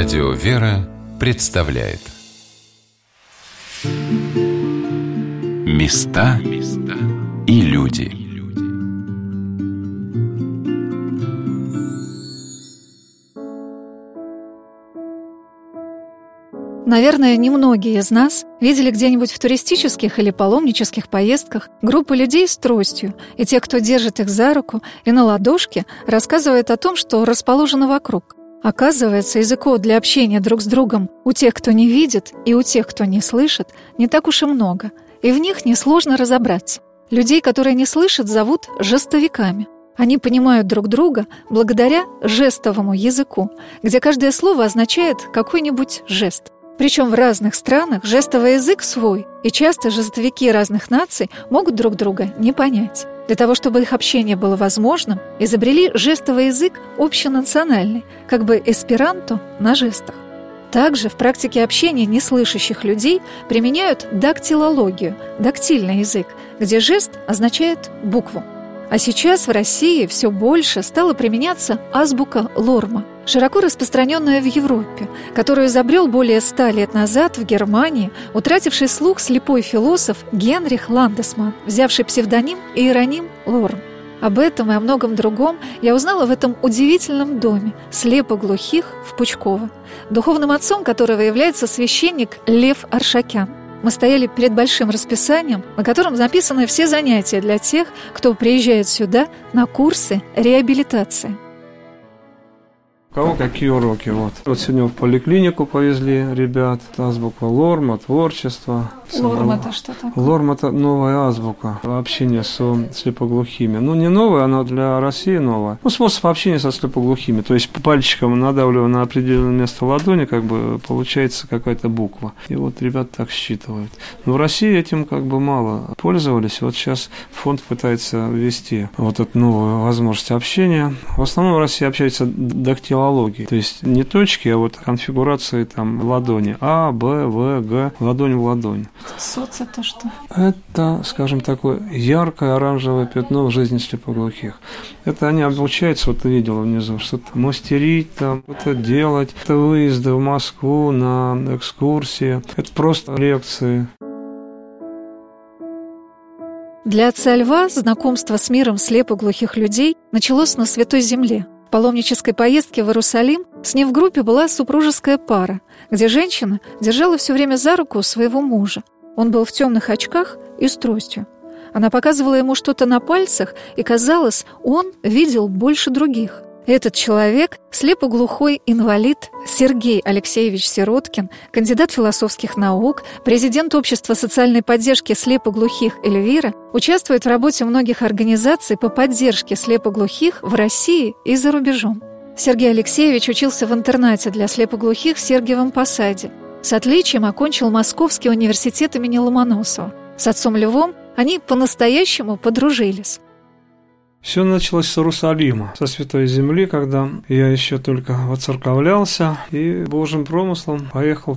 Радио «Вера» представляет Места и люди. Наверное, немногие из нас видели где-нибудь в туристических или паломнических поездках группы людей с тростью, и те, кто держит их за руку и на ладошке, рассказывают о том, что расположено вокруг. Оказывается, языков для общения друг с другом у тех, кто не видит, и у тех, кто не слышит, не так уж и много, и в них несложно разобраться. Людей, которые не слышат, зовут жестовиками. Они понимают друг друга благодаря жестовому языку, где каждое слово означает какой-нибудь жест. Причем в разных странах жестовый язык свой, и часто жестовики разных наций могут друг друга не понять. Для того, чтобы их общение было возможным, изобрели жестовый язык общенациональный, как бы эсперанто на жестах. Также в практике общения неслышащих людей применяют дактилологию, дактильный язык, где жест означает букву. А сейчас в России все больше стала применяться азбука Лорма, широко распространенная в Европе, которую изобрел более 100 лет назад в Германии утративший слух слепой философ Генрих Ландесман, взявший псевдоним Иероним Лорм. Об этом и о многом другом я узнала в этом удивительном доме слепоглухих в Пучково, духовным отцом которого является священник Лев Аршакян. Мы стояли перед большим расписанием, на котором записаны все занятия для тех, кто приезжает сюда на курсы реабилитации. У кого какие уроки? Вот сегодня в поликлинику повезли ребят. Азбука Лорма, творчество. Лорм это что такое? Лорм это новая азбука общения со слепоглухими. Не новая, она для России новая. Способ общения со слепоглухими. То есть пальчиком надавливая на определенное место ладони, получается какая-то буква. И вот ребята так считывают. Но в России этим мало пользовались. Вот сейчас фонд пытается ввести вот эту новую возможность общения. В основном в России общаются дактилологией. То есть не точки, а вот конфигурации ладони. А, Б, В, Г, ладонь в ладонь. СОЦ это что? Это, скажем, такое яркое оранжевое пятно в жизни слепоглухих. Это они обучаются, ты видела внизу, что-то мастерить, что-то делать. Это выезды в Москву на экскурсии. Это просто лекции. Для отца Льва знакомство с миром слепоглухих людей началось на Святой Земле. В паломнической поездке в Иерусалим с ним в группе была супружеская пара, где женщина держала все время за руку своего мужа. Он был в темных очках и с тростью. Она показывала ему что-то на пальцах, и, казалось, он видел больше других. Этот человек – слепоглухой инвалид Сергей Алексеевич Сироткин, кандидат философских наук, президент Общества социальной поддержки слепоглухих «Эльвира», участвует в работе многих организаций по поддержке слепоглухих в России и за рубежом. Сергей Алексеевич учился в интернате для слепоглухих в Сергиевом Посаде. С отличием окончил Московский университет имени Ломоносова. С отцом Львом они по-настоящему подружились. Все началось с Иерусалима, со Святой Земли, когда я еще только воцерковлялся, и Божьим промыслом поехал в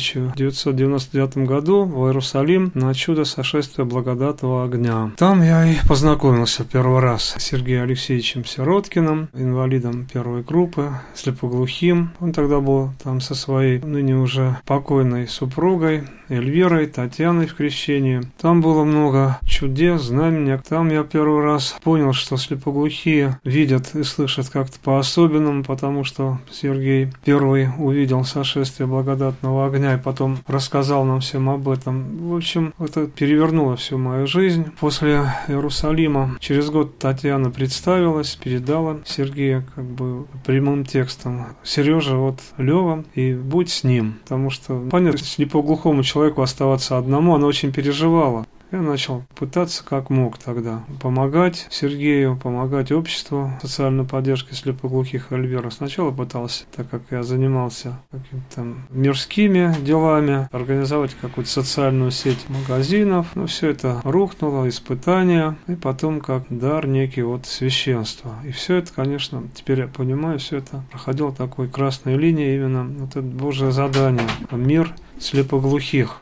1999 году в Иерусалим на чудо сошествия благодатного огня. Там я и познакомился первый раз с Сергеем Алексеевичем Сироткиным, инвалидом первой группы, слепоглухим. Он тогда был там со своей ныне уже покойной супругой Эльвирой, Татьяной в крещении. Там было много чудес, знамений. Там я первый раз понял, что слепоглухие видят и слышат как-то по-особенному, потому что Сергей первый увидел сошествие благодатного огня и потом рассказал нам всем об этом. В общем, это перевернуло всю мою жизнь. После Иерусалима через год Татьяна представилась, передала Сергею прямым текстом: Сережа, Лёва, и будь с ним. Потому что, понятно, слепоглухому человеку оставаться одному, она очень переживала. Я начал пытаться как мог тогда помогать Сергею, помогать обществу социальной поддержки слепоглухих Эльвира. Сначала пытался, так как я занимался какими-то мирскими делами, организовать какую-то социальную сеть магазинов. Но все это рухнуло, испытания, и потом как дар некий священства. И все это, конечно, теперь я понимаю, все это проходило такой красной линией, именно это Божье задание, мир слепоглухих.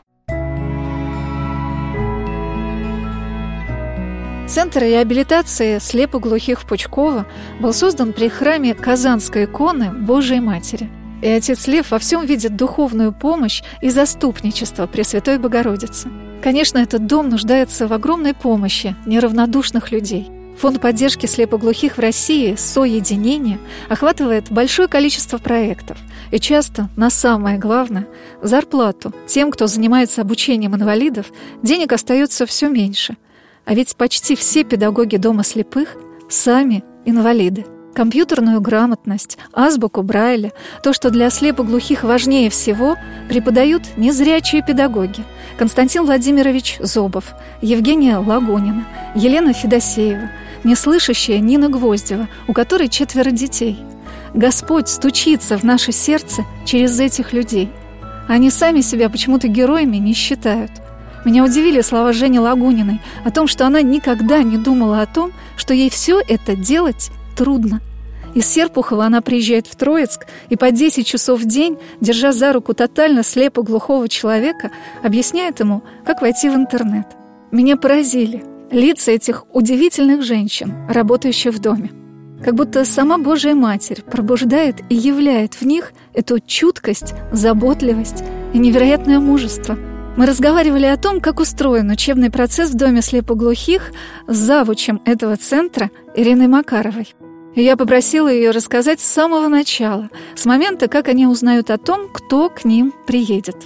Центр реабилитации слепоглухих в Пучково был создан при храме Казанской иконы Божией Матери. И отец Лев во всем видит духовную помощь и заступничество Пресвятой Богородицы. Конечно, этот дом нуждается в огромной помощи неравнодушных людей. Фонд поддержки слепоглухих в России «Соединение» охватывает большое количество проектов и часто, на самое главное, зарплату тем, кто занимается обучением инвалидов, денег остается все меньше. А ведь почти все педагоги Дома слепых сами инвалиды. Компьютерную грамотность, азбуку Брайля, то, что для слепоглухих важнее всего, преподают незрячие педагоги. Константин Владимирович Зобов, Евгения Лагунина, Елена Федосеева, неслышащая Нина Гвоздева, у которой 4 детей. Господь стучится в наше сердце через этих людей. Они сами себя почему-то героями не считают. Меня удивили слова Жени Лагуниной о том, что она никогда не думала о том, что ей все это делать трудно. Из Серпухова она приезжает в Троицк и по 10 часов в день, держа за руку тотально слепоглухого человека, объясняет ему, как войти в интернет. Меня поразили лица этих удивительных женщин, работающих в доме. Как будто сама Божия Матерь пробуждает и являет в них эту чуткость, заботливость и невероятное мужество. Мы разговаривали о том, как устроен учебный процесс в Доме слепоглухих с завучем этого центра Ириной Макаровой. И я попросила ее рассказать с самого начала, с момента, как они узнают о том, кто к ним приедет.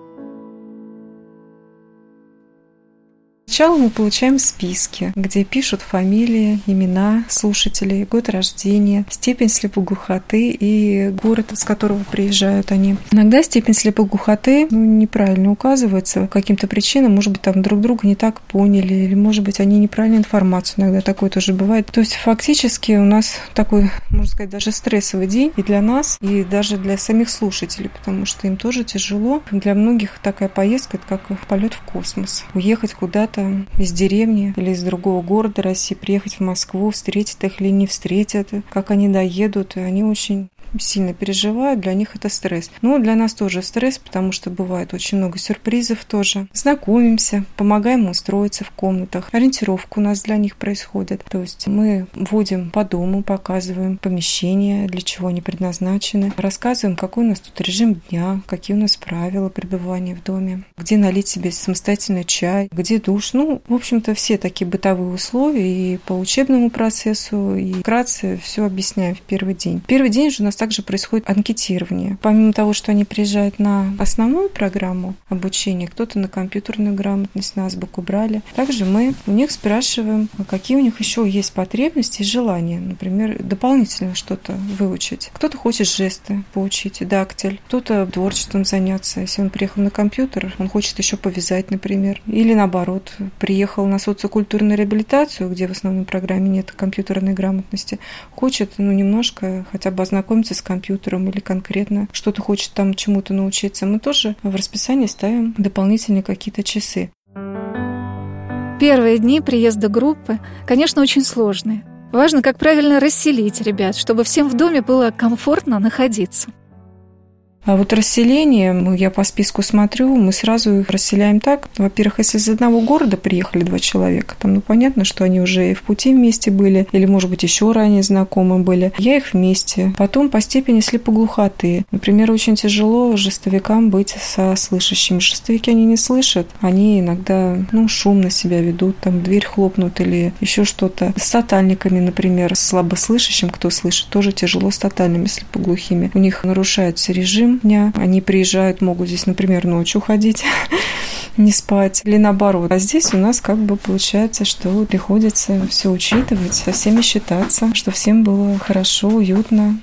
Сначала мы получаем списки, где пишут фамилии, имена слушателей, год рождения, степень слепоглухоты и город, с которого приезжают они. Иногда степень слепоглухоты неправильно указывается по каким-то причинам, может быть, там друг друга не так поняли, или, может быть, они неправильную информацию, иногда такое тоже бывает. То есть, фактически у нас такой, можно сказать, даже стрессовый день и для нас, и даже для самих слушателей, потому что им тоже тяжело. Для многих такая поездка – это как полет в космос. Уехать куда-то из деревни или из другого города России, приехать в Москву, встретить их или не встретят, как они доедут, и они очень сильно переживают, для них это стресс. Но для нас тоже стресс, потому что бывает очень много сюрпризов тоже. Знакомимся, помогаем устроиться в комнатах. Ориентировка у нас для них происходит. То есть мы водим по дому, показываем помещения, для чего они предназначены, рассказываем, какой у нас тут режим дня, какие у нас правила пребывания в доме, где налить себе самостоятельно чай, где душ. В общем-то, все такие бытовые условия и по учебному процессу, и вкратце все объясняем в первый день. Первый день же у нас также происходит анкетирование. Помимо того, что они приезжают на основную программу обучения, кто-то на компьютерную грамотность, на азбуку Брайля, также мы у них спрашиваем, какие у них еще есть потребности и желания. Например, дополнительно что-то выучить. Кто-то хочет жесты поучить, дактиль, кто-то творчеством заняться. Если он приехал на компьютер, он хочет еще повязать, например. Или наоборот, приехал на социокультурную реабилитацию, где в основной программе нет компьютерной грамотности, хочет немножко хотя бы ознакомиться с компьютером или конкретно что-то хочет там чему-то научиться, мы тоже в расписании ставим дополнительные какие-то часы. Первые дни приезда группы, конечно, очень сложные. Важно, как правильно расселить ребят, чтобы всем в доме было комфортно находиться. А вот расселение, я по списку смотрю, мы сразу их расселяем так. Во-первых, если из одного города приехали 2 человека, там, понятно, что они уже и в пути вместе были, или, может быть, еще ранее знакомы были. Я их вместе. Потом по степени слепоглухоты. Например, очень тяжело жестовикам быть со слышащими. Жестовики они не слышат, они иногда, шумно себя ведут, там, дверь хлопнут или еще что-то. С тотальниками, например, с слабослышащим, кто слышит, тоже тяжело с тотальными слепоглухими. У них нарушается режим дня. Они приезжают, могут здесь, например, ночью ходить, не спать, или наоборот. А здесь у нас получается, что приходится все учитывать, со всеми считаться, что всем было хорошо, уютно.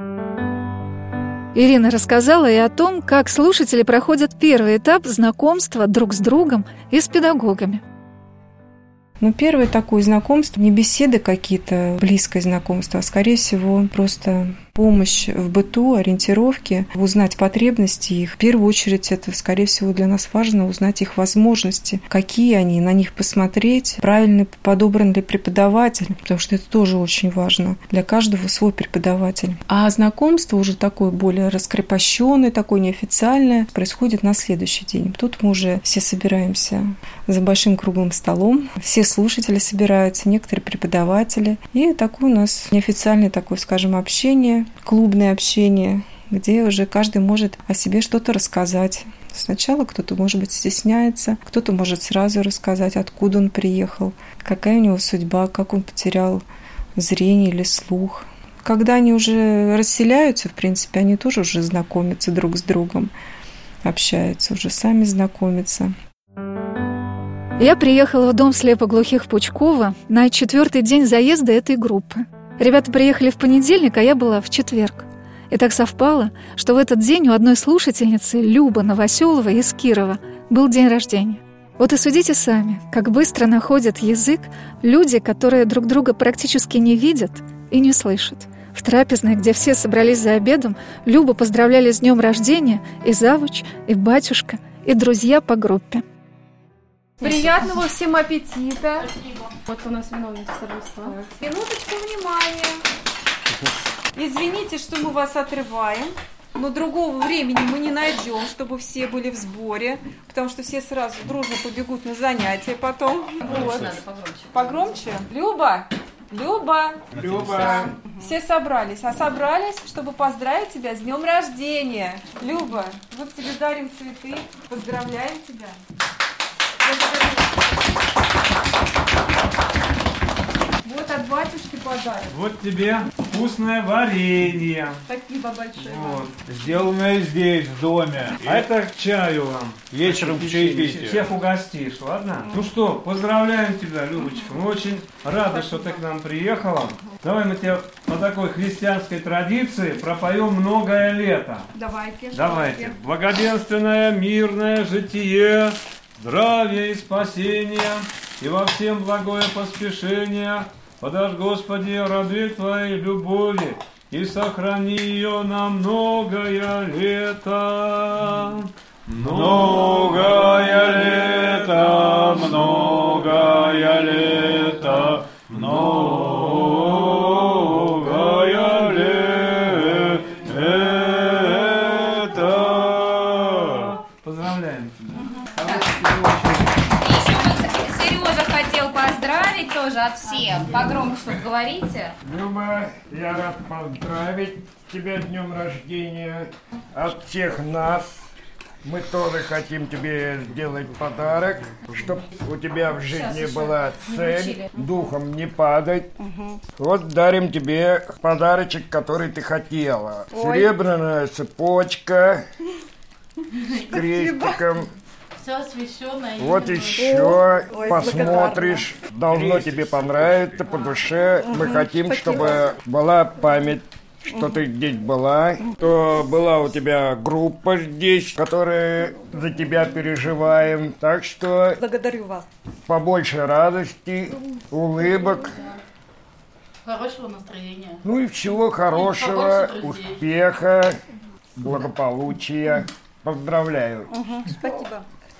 Ирина рассказала и о том, как слушатели проходят первый этап знакомства друг с другом и с педагогами. Первое такое знакомство, не беседы какие-то, близкое знакомство, а скорее всего просто помощь в быту, ориентировки, узнать потребности их. В первую очередь это, скорее всего, для нас важно узнать их возможности, какие они, на них посмотреть, правильно подобран ли преподаватель, потому что это тоже очень важно. Для каждого свой преподаватель. А знакомство уже такое более раскрепощенное, такое неофициальное, происходит на следующий день. Тут мы уже все собираемся за большим круглым столом, все слушатели собираются, некоторые преподаватели. И такое у нас неофициальное такое, скажем, общение, клубное общение. где уже каждый может о себе что-то рассказать. Сначала кто-то, может быть, стесняется, кто-то может сразу рассказать, откуда он приехал, какая у него судьба, как он потерял зрение или слух. Когда они уже расселяются, в принципе, они тоже уже знакомятся друг с другом, общаются, уже сами знакомятся. Я приехала в дом слепоглухих Пучкова на 4-й день заезда этой группы. Ребята приехали в понедельник, а я была в четверг. И так совпало, что в этот день у одной слушательницы, Любы Новоселовой из Кирова, был день рождения. Вот и судите сами, как быстро находят язык люди, которые друг друга практически не видят и не слышат. В трапезной, где все собрались за обедом, Любу поздравляли с днем рождения и завуч, и батюшка, и друзья по группе. Приятного всем аппетита. Спасибо. Вот у нас виновница торжества. Минуточку внимания. Извините, что мы вас отрываем, но другого времени мы не найдем, чтобы все были в сборе, потому что все сразу дружно побегут на занятия потом. Вот. Надо погромче. Погромче? Люба! Люба! Люба! Все собрались, чтобы поздравить тебя с днем рождения. Люба, вот тебе дарим цветы, поздравляем тебя. Вот от батюшки подарок. Вот тебе вкусное варенье. Спасибо большое. Вот. Сделанное здесь, в доме. А это к чаю вам. Вечером к чаепитию. Всех угостишь, ладно? Ну что, поздравляем тебя, Любочка. Мы очень рады, что ты к нам приехала. Давай мы тебе по такой христианской традиции пропоем «Многое лето». Давайте. Благоденственное, мирное житие, здравие и спасение, и во всем благое поспешение. Подашь, Господи, рабе Твоей любови, и сохрани ее на многое лето. Многое лето, многое лето, многое лето. Поздравляем тебя. Сережа хотел поздравить тоже от всех. Погромче что говорите. Люба, я рад поздравить тебя с днем рождения от всех нас. Мы тоже хотим тебе сделать подарок, чтобы у тебя в жизни была цель, духом не падать. Вот дарим тебе подарочек, который ты хотела. Серебряная цепочка с крестиком. Все освещенное. Вот еще посмотришь, должно тебе понравиться по душе. Мы хотим, чтобы была память, что ты здесь была, что была у тебя группа здесь, которая за тебя переживаем. Так что Благодарю вас. Побольше радости, улыбок. Хорошего настроения. Ну и всего хорошего, успеха, благополучия. Поздравляю. Спасибо.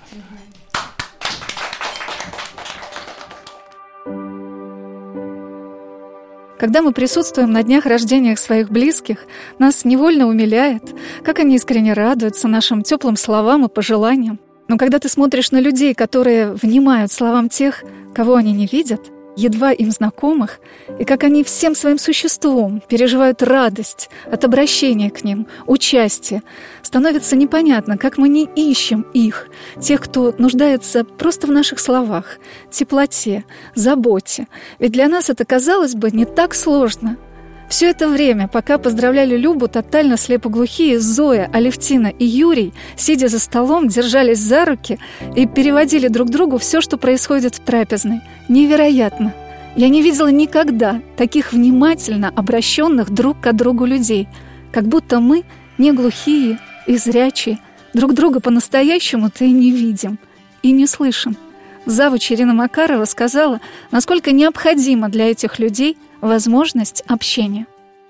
Когда мы присутствуем на днях рождения своих близких, нас невольно умиляет, как они искренне радуются нашим теплым словам и пожеланиям. Но когда ты смотришь на людей, которые внимают словам тех, кого они не видят, едва им знакомых, и как они всем своим существом переживают радость от обращения к ним, участие, становится непонятно, как мы не ищем их, тех, кто нуждается просто в наших словах, теплоте, заботе. Ведь для нас это, казалось бы, не так сложно. Все это время, пока поздравляли Любу, тотально слепоглухие Зоя, Алевтина и Юрий, сидя за столом, держались за руки и переводили друг другу все, что происходит в трапезной. Невероятно! Я не видела никогда таких внимательно обращенных друг к другу людей, как будто мы не глухие и зрячие, друг друга по-настоящему-то и не видим, и не слышим. Завуч Ирина Макарова сказала, насколько необходима для этих людей возможность общения.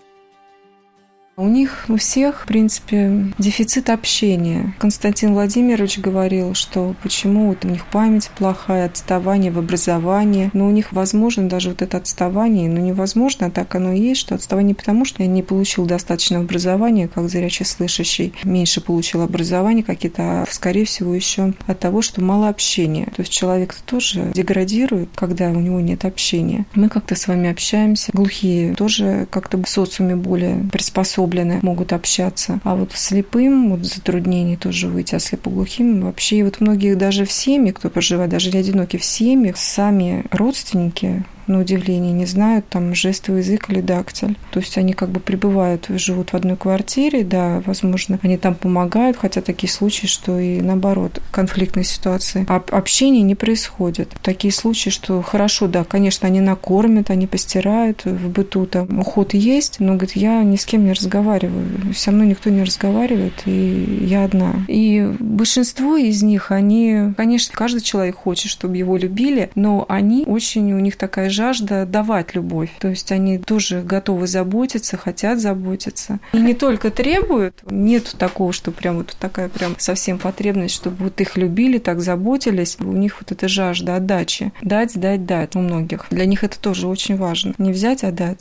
У них у всех, в принципе, дефицит общения. Константин Владимирович говорил, что почему вот у них память плохая, отставание в образовании. Но у них возможно даже вот это отставание, но невозможно, а так оно и есть, что отставание потому, что я не получил достаточного образования, как зрячий слышащий, меньше получил образования какие-то, а скорее всего еще от того, что мало общения. То есть человек тоже деградирует, когда у него нет общения. Мы как-то с вами общаемся, глухие тоже как-то в социуме более приспособлены приспособлены, могут общаться. А вот слепым вот затруднений тоже выйти, а слепоглухим вообще. И вот многие даже в семье, кто проживает, даже одиноки в семьях, сами родственники, на удивление, не знают там жестовый язык или дактиль. То есть они как бы пребывают, живут в одной квартире, да, возможно, они там помогают, хотя такие случаи, что и наоборот, конфликтные ситуации. А общение не происходит. Такие случаи, что хорошо, да, конечно, они накормят, они постирают, в быту там уход есть, но, говорит, я ни с кем не разговариваю, со мной никто не разговаривает, и я одна. И большинство из них, они, конечно, каждый человек хочет, чтобы его любили, но они очень, у них такая жажда давать любовь. То есть они тоже готовы заботиться, хотят заботиться. И не только требуют, нет такого, что прям вот такая прям совсем потребность, чтобы вот их любили, так заботились. У них вот эта жажда отдачи. Дать у многих. Для них это тоже очень важно. Не взять, а дать.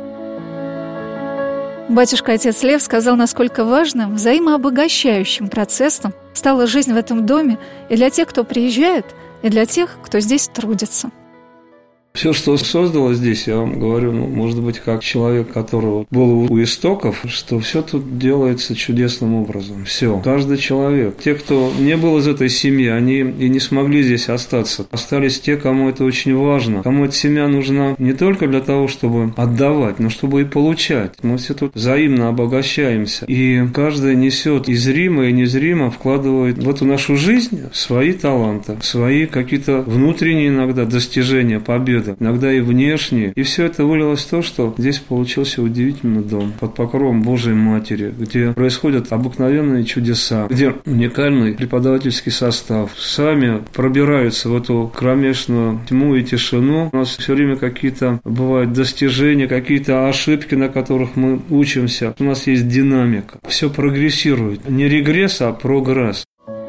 Батюшка-отец Лев сказал, насколько важным, взаимообогащающим процессом стала жизнь в этом доме и для тех, кто приезжает, и для тех, кто здесь трудится. Все, что создало здесь, я вам говорю, может быть, как человек, которого был у истоков, что все тут делается чудесным образом. Все. Каждый человек. Те, кто не был из этой семьи, они и не смогли здесь остаться. Остались те, кому это очень важно. Кому эта семья нужна не только для того, чтобы отдавать, но чтобы и получать. Мы все тут взаимно обогащаемся. И каждый несет и зримо, и незримо вкладывает в эту нашу жизнь свои таланты, свои какие-то внутренние иногда достижения, победы. Иногда и внешние. И все это вылилось в то, что здесь получился удивительный дом под покровом Божией Матери, где происходят обыкновенные чудеса, где уникальный преподавательский состав. Сами пробираются в эту кромешную тьму и тишину. У нас все время какие-то бывают достижения, какие-то ошибки, на которых мы учимся. У нас есть динамика. Все прогрессирует. Не регресс, а прогресс.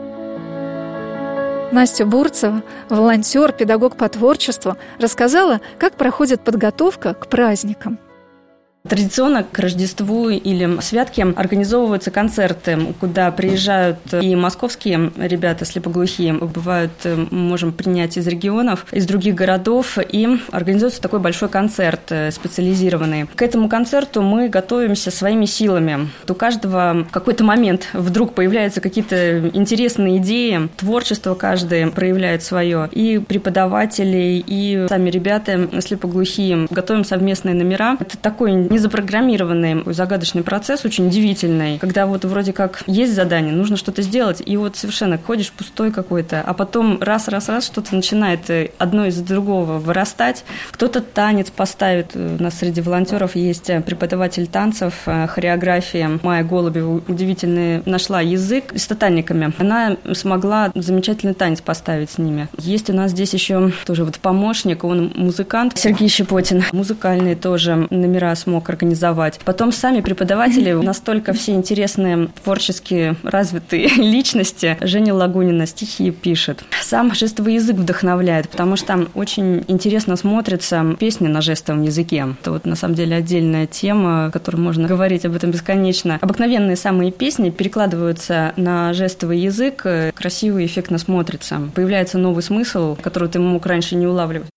Настя Бурцева, волонтер, педагог по творчеству, рассказала, как проходит подготовка к праздникам. Традиционно к Рождеству или святке организовываются концерты, куда приезжают и московские ребята слепоглухие, бывают, можем принять из регионов, из других городов, и организуется такой большой концерт специализированный. К этому концерту мы готовимся своими силами. У каждого в какой-то момент вдруг появляются какие-то интересные идеи, творчество каждый проявляет свое, и преподаватели, и сами ребята слепоглухие готовим совместные номера. Это такой незапрограммированный загадочный процесс, очень удивительный, когда вот вроде как есть задание, нужно что-то сделать, и вот совершенно ходишь пустой какой-то, а потом раз что-то начинает одно из другого вырастать. Кто-то танец поставит. У нас среди волонтеров есть преподаватель танцев, хореографии Майя Голубева, удивительный, нашла язык с тотальниками. Она смогла замечательный танец поставить с ними. Есть у нас здесь еще тоже вот помощник, он музыкант, Сергей Щепотин, музыкальные тоже номера смог организовать. Потом сами преподаватели настолько все интересные, творчески развитые личности. Женя Лагунина стихи пишет. Сам жестовый язык вдохновляет, потому что там очень интересно смотрятся песни на жестовом языке. Это вот на самом деле отдельная тема, о которой можно говорить об этом бесконечно. Обыкновенные самые песни перекладываются на жестовый язык, красиво и эффектно смотрится. Появляется новый смысл, который ты мог раньше не улавливать.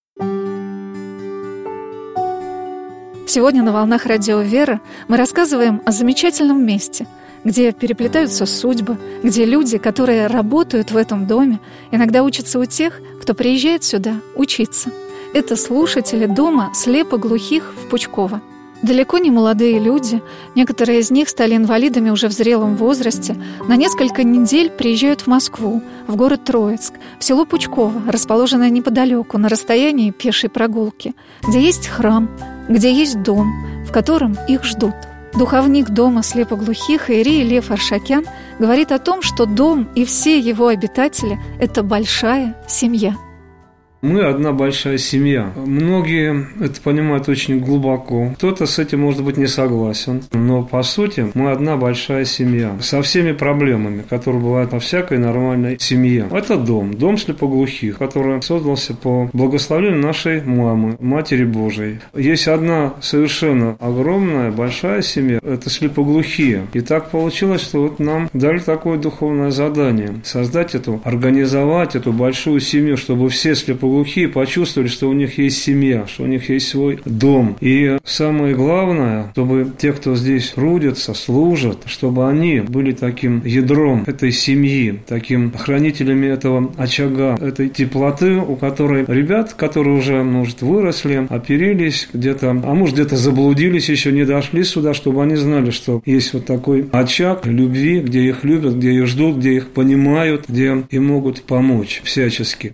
Сегодня на «Волнах Радио Вера» мы рассказываем о замечательном месте, где переплетаются судьбы, где люди, которые работают в этом доме, иногда учатся у тех, кто приезжает сюда учиться. Это слушатели дома слепоглухих в Пучково. Далеко не молодые люди, некоторые из них стали инвалидами уже в зрелом возрасте, на несколько недель приезжают в Москву, в город Троицк, в село Пучково, расположенное неподалеку, на расстоянии пешей прогулки, где есть храм, где есть дом, в котором их ждут. Духовник дома слепоглухих Иерей Лев Аршакян говорит о том, что дом и все его обитатели – это большая семья. Мы одна большая семья. Многие это понимают очень глубоко. Кто-то с этим, может быть, не согласен. Но, по сути, мы одна большая семья. Со всеми проблемами, которые бывают во всякой нормальной семье. Это дом слепоглухих, который создался по благословению нашей мамы, Матери Божией. Есть одна совершенно огромная, большая семья. Это слепоглухие. И так получилось, что вот нам дали такое духовное задание. Создать организовать эту большую семью, чтобы все слепоглухие слепоглухие почувствовали, что у них есть семья, что у них есть свой дом. И самое главное, чтобы те, кто здесь трудятся, служат, чтобы они были таким ядром этой семьи, таким хранителями этого очага, этой теплоты, у которой ребят, которые уже, может, выросли, оперились где-то, а может, где-то заблудились, еще не дошли сюда, чтобы они знали, что есть вот такой очаг любви, где их любят, где их ждут, где их понимают, где им могут помочь всячески.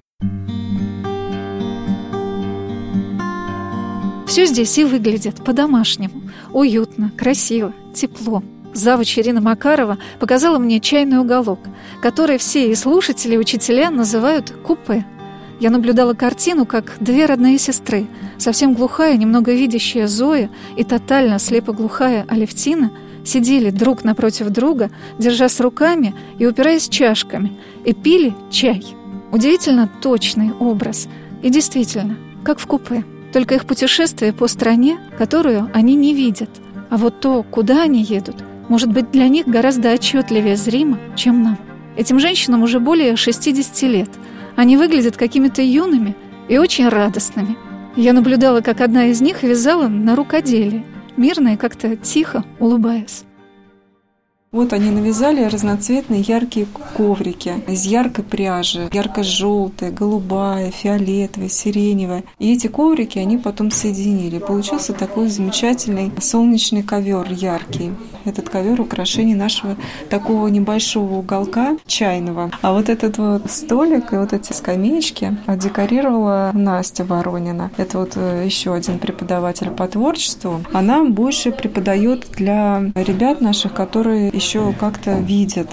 Все здесь и выглядит по-домашнему. Уютно, красиво, тепло. Завуч Ирина Макарова показала мне чайный уголок, который все и слушатели, и учителя называют купе. Я наблюдала картину, как две родные сестры, совсем глухая, немного видящая Зоя и тотально слепоглухая Алевтина, сидели друг напротив друга, держась руками и упираясь чашками, и пили чай. Удивительно точный образ. И действительно, как в купе. Только их путешествие по стране, которую они не видят. А вот то, куда они едут, может быть для них гораздо отчетливее зримо, чем нам. Этим женщинам уже более 60 лет. Они выглядят какими-то юными и очень радостными. Я наблюдала, как одна из них вязала на рукоделие, мирно и как-то тихо улыбаясь. Вот они навязали разноцветные яркие коврики из яркой пряжи, ярко-желтая, голубая, фиолетовая, сиреневая. И эти коврики они потом соединили. Получился такой замечательный солнечный ковер яркий. Этот ковер — украшение нашего такого небольшого уголка чайного. А вот этот вот столик и вот эти скамеечки декорировала Настя Воронина. Это вот еще один преподаватель по творчеству. Она больше преподает для ребят наших, которые еще как-то видят.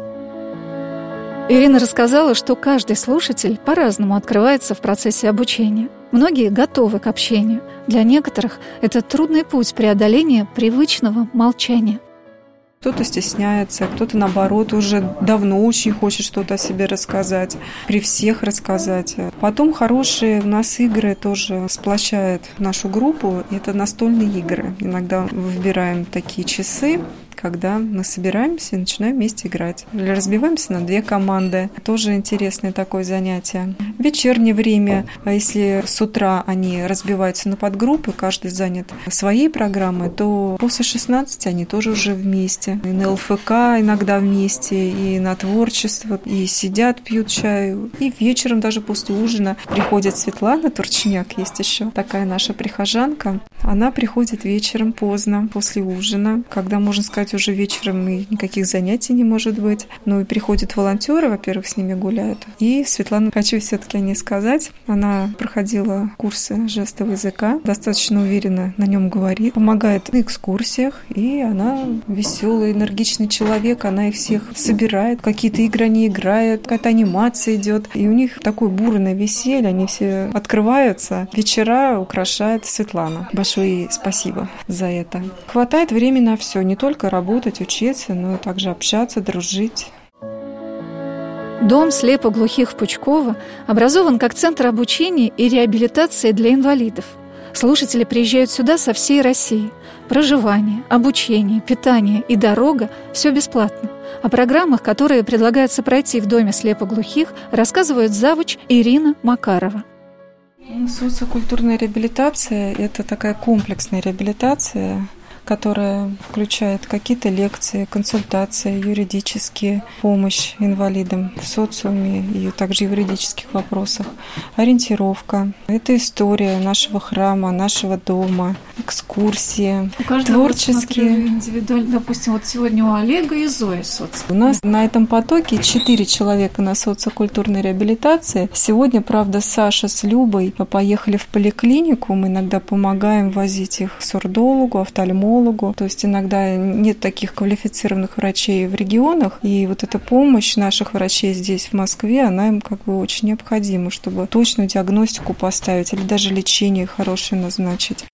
Ирина рассказала, что каждый слушатель по-разному открывается в процессе обучения. Многие готовы к общению. Для некоторых это трудный путь преодоления привычного молчания. Кто-то стесняется, кто-то, наоборот, уже давно очень хочет что-то о себе рассказать, при всех рассказать. Потом хорошие у нас игры тоже сплощают нашу группу. Это настольные игры. Иногда выбираем такие часы, когда мы собираемся и начинаем вместе играть. Или разбиваемся на 2 команды. Тоже интересное такое занятие. В вечернее время, если с утра они разбиваются на подгруппы, каждый занят своей программой, то после 16 они тоже уже вместе. И на ЛФК иногда вместе, и на творчество, и сидят, пьют чай. И вечером, даже после ужина, приходит Светлана Турчиняк, есть еще такая наша прихожанка. Она приходит вечером поздно, после ужина, когда, можно сказать, уже вечером и никаких занятий не может быть. Ну и приходят волонтеры, во-первых, с ними гуляют. И Светлана, хочу все-таки о ней сказать, она проходила курсы жестового языка, достаточно уверенно на нем говорит, помогает на экскурсиях, и она веселый, энергичный человек, она их всех собирает, какие-то игры они играют, какая-то анимация идет, и у них такое бурное веселье, они все открываются. Вечера украшает Светлана. Большое ей спасибо за это. Хватает времени на все, не только работать, учиться, но и также общаться, дружить. Дом слепоглухих в Пучково образован как центр обучения и реабилитации для инвалидов. Слушатели приезжают сюда со всей России. Проживание, обучение, питание и дорога – все бесплатно. О программах, которые предлагается пройти в доме слепоглухих, рассказывает завуч Ирина Макарова. Социокультурная реабилитация – это такая комплексная реабилитация, которая включает какие-то лекции, консультации, юридические, помощь инвалидам в социуме и также юридических вопросах, ориентировка. Это история нашего храма, нашего дома, экскурсии, творческие. Индивидуально, допустим, вот сегодня у Олега и Зои У нас на этом потоке 4 человека на социокультурной реабилитации. Сегодня, правда, Саша с Любой поехали в поликлинику. Мы иногда помогаем возить их к сурдологу, офтальмологу. То есть иногда нет таких квалифицированных врачей в регионах, и вот эта помощь наших врачей здесь, в Москве, она им как бы очень необходима, чтобы точную диагностику поставить или даже лечение хорошее назначить.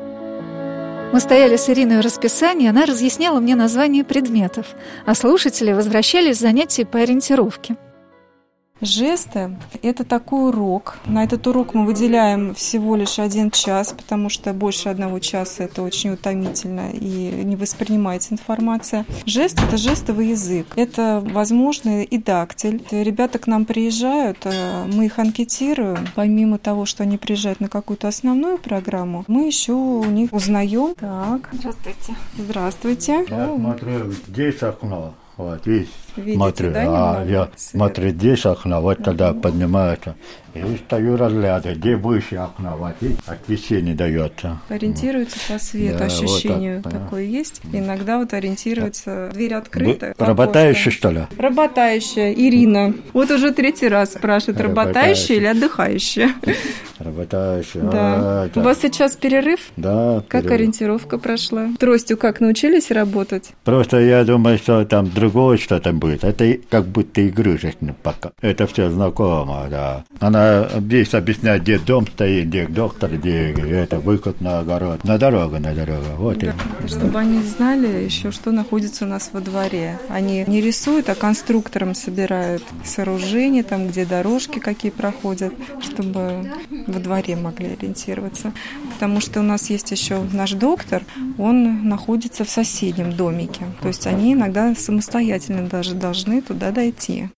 Мы стояли с Ириной в расписании, она разъясняла мне названия предметов, а слушатели возвращались с занятий по ориентировке. Жесты – это такой урок. На этот урок мы выделяем всего лишь 1 час, потому что больше 1 часа – это очень утомительно и не воспринимается информация. Жест – это жестовый язык. Это, возможно, и дактиль. Ребята к нам приезжают, мы их анкетируем. Помимо того, что они приезжают на какую-то основную программу, мы еще у них узнаем. Так. Здравствуйте. Здравствуйте. Я смотрю, здесь окно. Вот, видите, смотрю, да, я смотрю, здесь окно, вот тогда поднимается. И стою разгляды, где выше окна, вот, видите, освещение дается. Ориентируется по свету, Да, ощущение вот так, такое есть. Иногда вот ориентируется, дверь открыта. Работающая, что ли? Работающая, Ирина. Вот уже 3-й раз спрашивает, работающая или отдыхающая? Работающая. Да. У вас сейчас перерыв? Да. Как перерыв. ориентировка прошла? Тростью как, научились работать? Просто я думаю, что там другое что-то будет. Это как будто игрушечный пока. Это все знакомо, да. Она здесь объясняет, где дом стоит, где доктор, где это выход на огород. На дорогу. Вот да. Чтобы они знали еще, что находится у нас во дворе. Они не рисуют, а конструктором собирают сооружения, там, где дорожки какие проходят, чтобы во дворе могли ориентироваться. Потому что у нас есть еще наш доктор, он находится в соседнем домике. То есть они иногда самостоятельно даже должны туда дойти.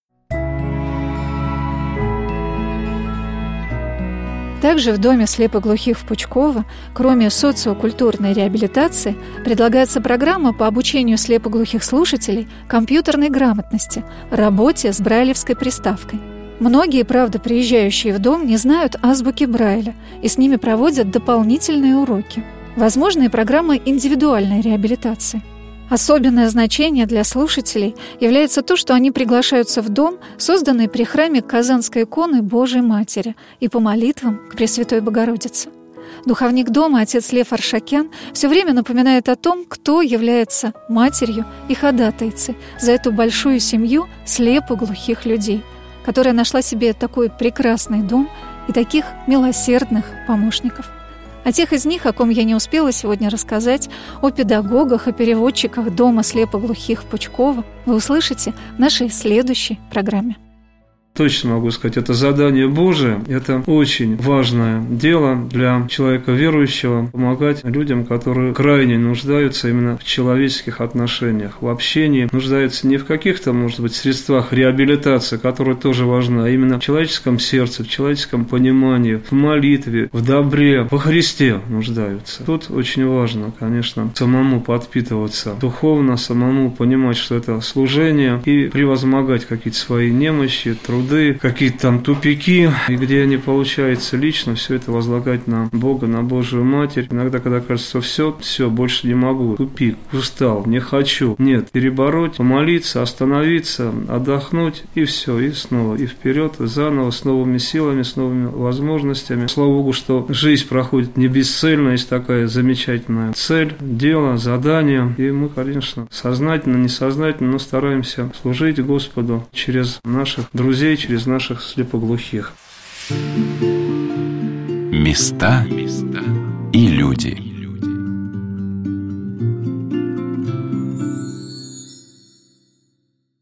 Также в Доме слепоглухих в Пучково, кроме социокультурной реабилитации, предлагается программа по обучению слепоглухих слушателей компьютерной грамотности, работе с брайлевской приставкой. Многие, правда, приезжающие в дом, не знают азбуки Брайля, и с ними проводят дополнительные уроки. Возможно, и программа индивидуальной реабилитации. Особенное значение для слушателей является то, что они приглашаются в дом, созданный при храме Казанской иконы Божией Матери, и по молитвам к Пресвятой Богородице. Духовник дома, отец Лев Аршакян, все время напоминает о том, кто является матерью и ходатайцей за эту большую семью слепоглухих людей, которая нашла себе такой прекрасный дом и таких милосердных помощников. О тех из них, о ком я не успела сегодня рассказать, о педагогах и переводчиках Дома слепоглухих в Пучково, вы услышите в нашей следующей программе. Точно могу сказать, это задание Божие, это очень важное дело для человека верующего, помогать людям, которые крайне нуждаются именно в человеческих отношениях, в общении, нуждаются не в каких-то, может быть, средствах реабилитации, которые тоже важны, а именно в человеческом сердце, в человеческом понимании, в молитве, в добре, во Христе нуждаются. Тут очень важно, конечно, самому подпитываться духовно, самому понимать, что это служение, и превозмогать какие-то свои немощи, труды, какие-то там тупики, и где не получается лично, все это возлагать на Бога, на Божию Матерь. Иногда, когда кажется, все, больше не могу, тупик, устал, не хочу. Нет, перебороть, помолиться, остановиться, отдохнуть, и все, и снова, и вперед, и заново, с новыми силами, с новыми возможностями. Слава Богу, что жизнь проходит не бесцельно, есть такая замечательная цель, дело, задание, и мы, конечно, сознательно, несознательно, но стараемся служить Господу через наших друзей, через наших слепоглухих. Места и люди.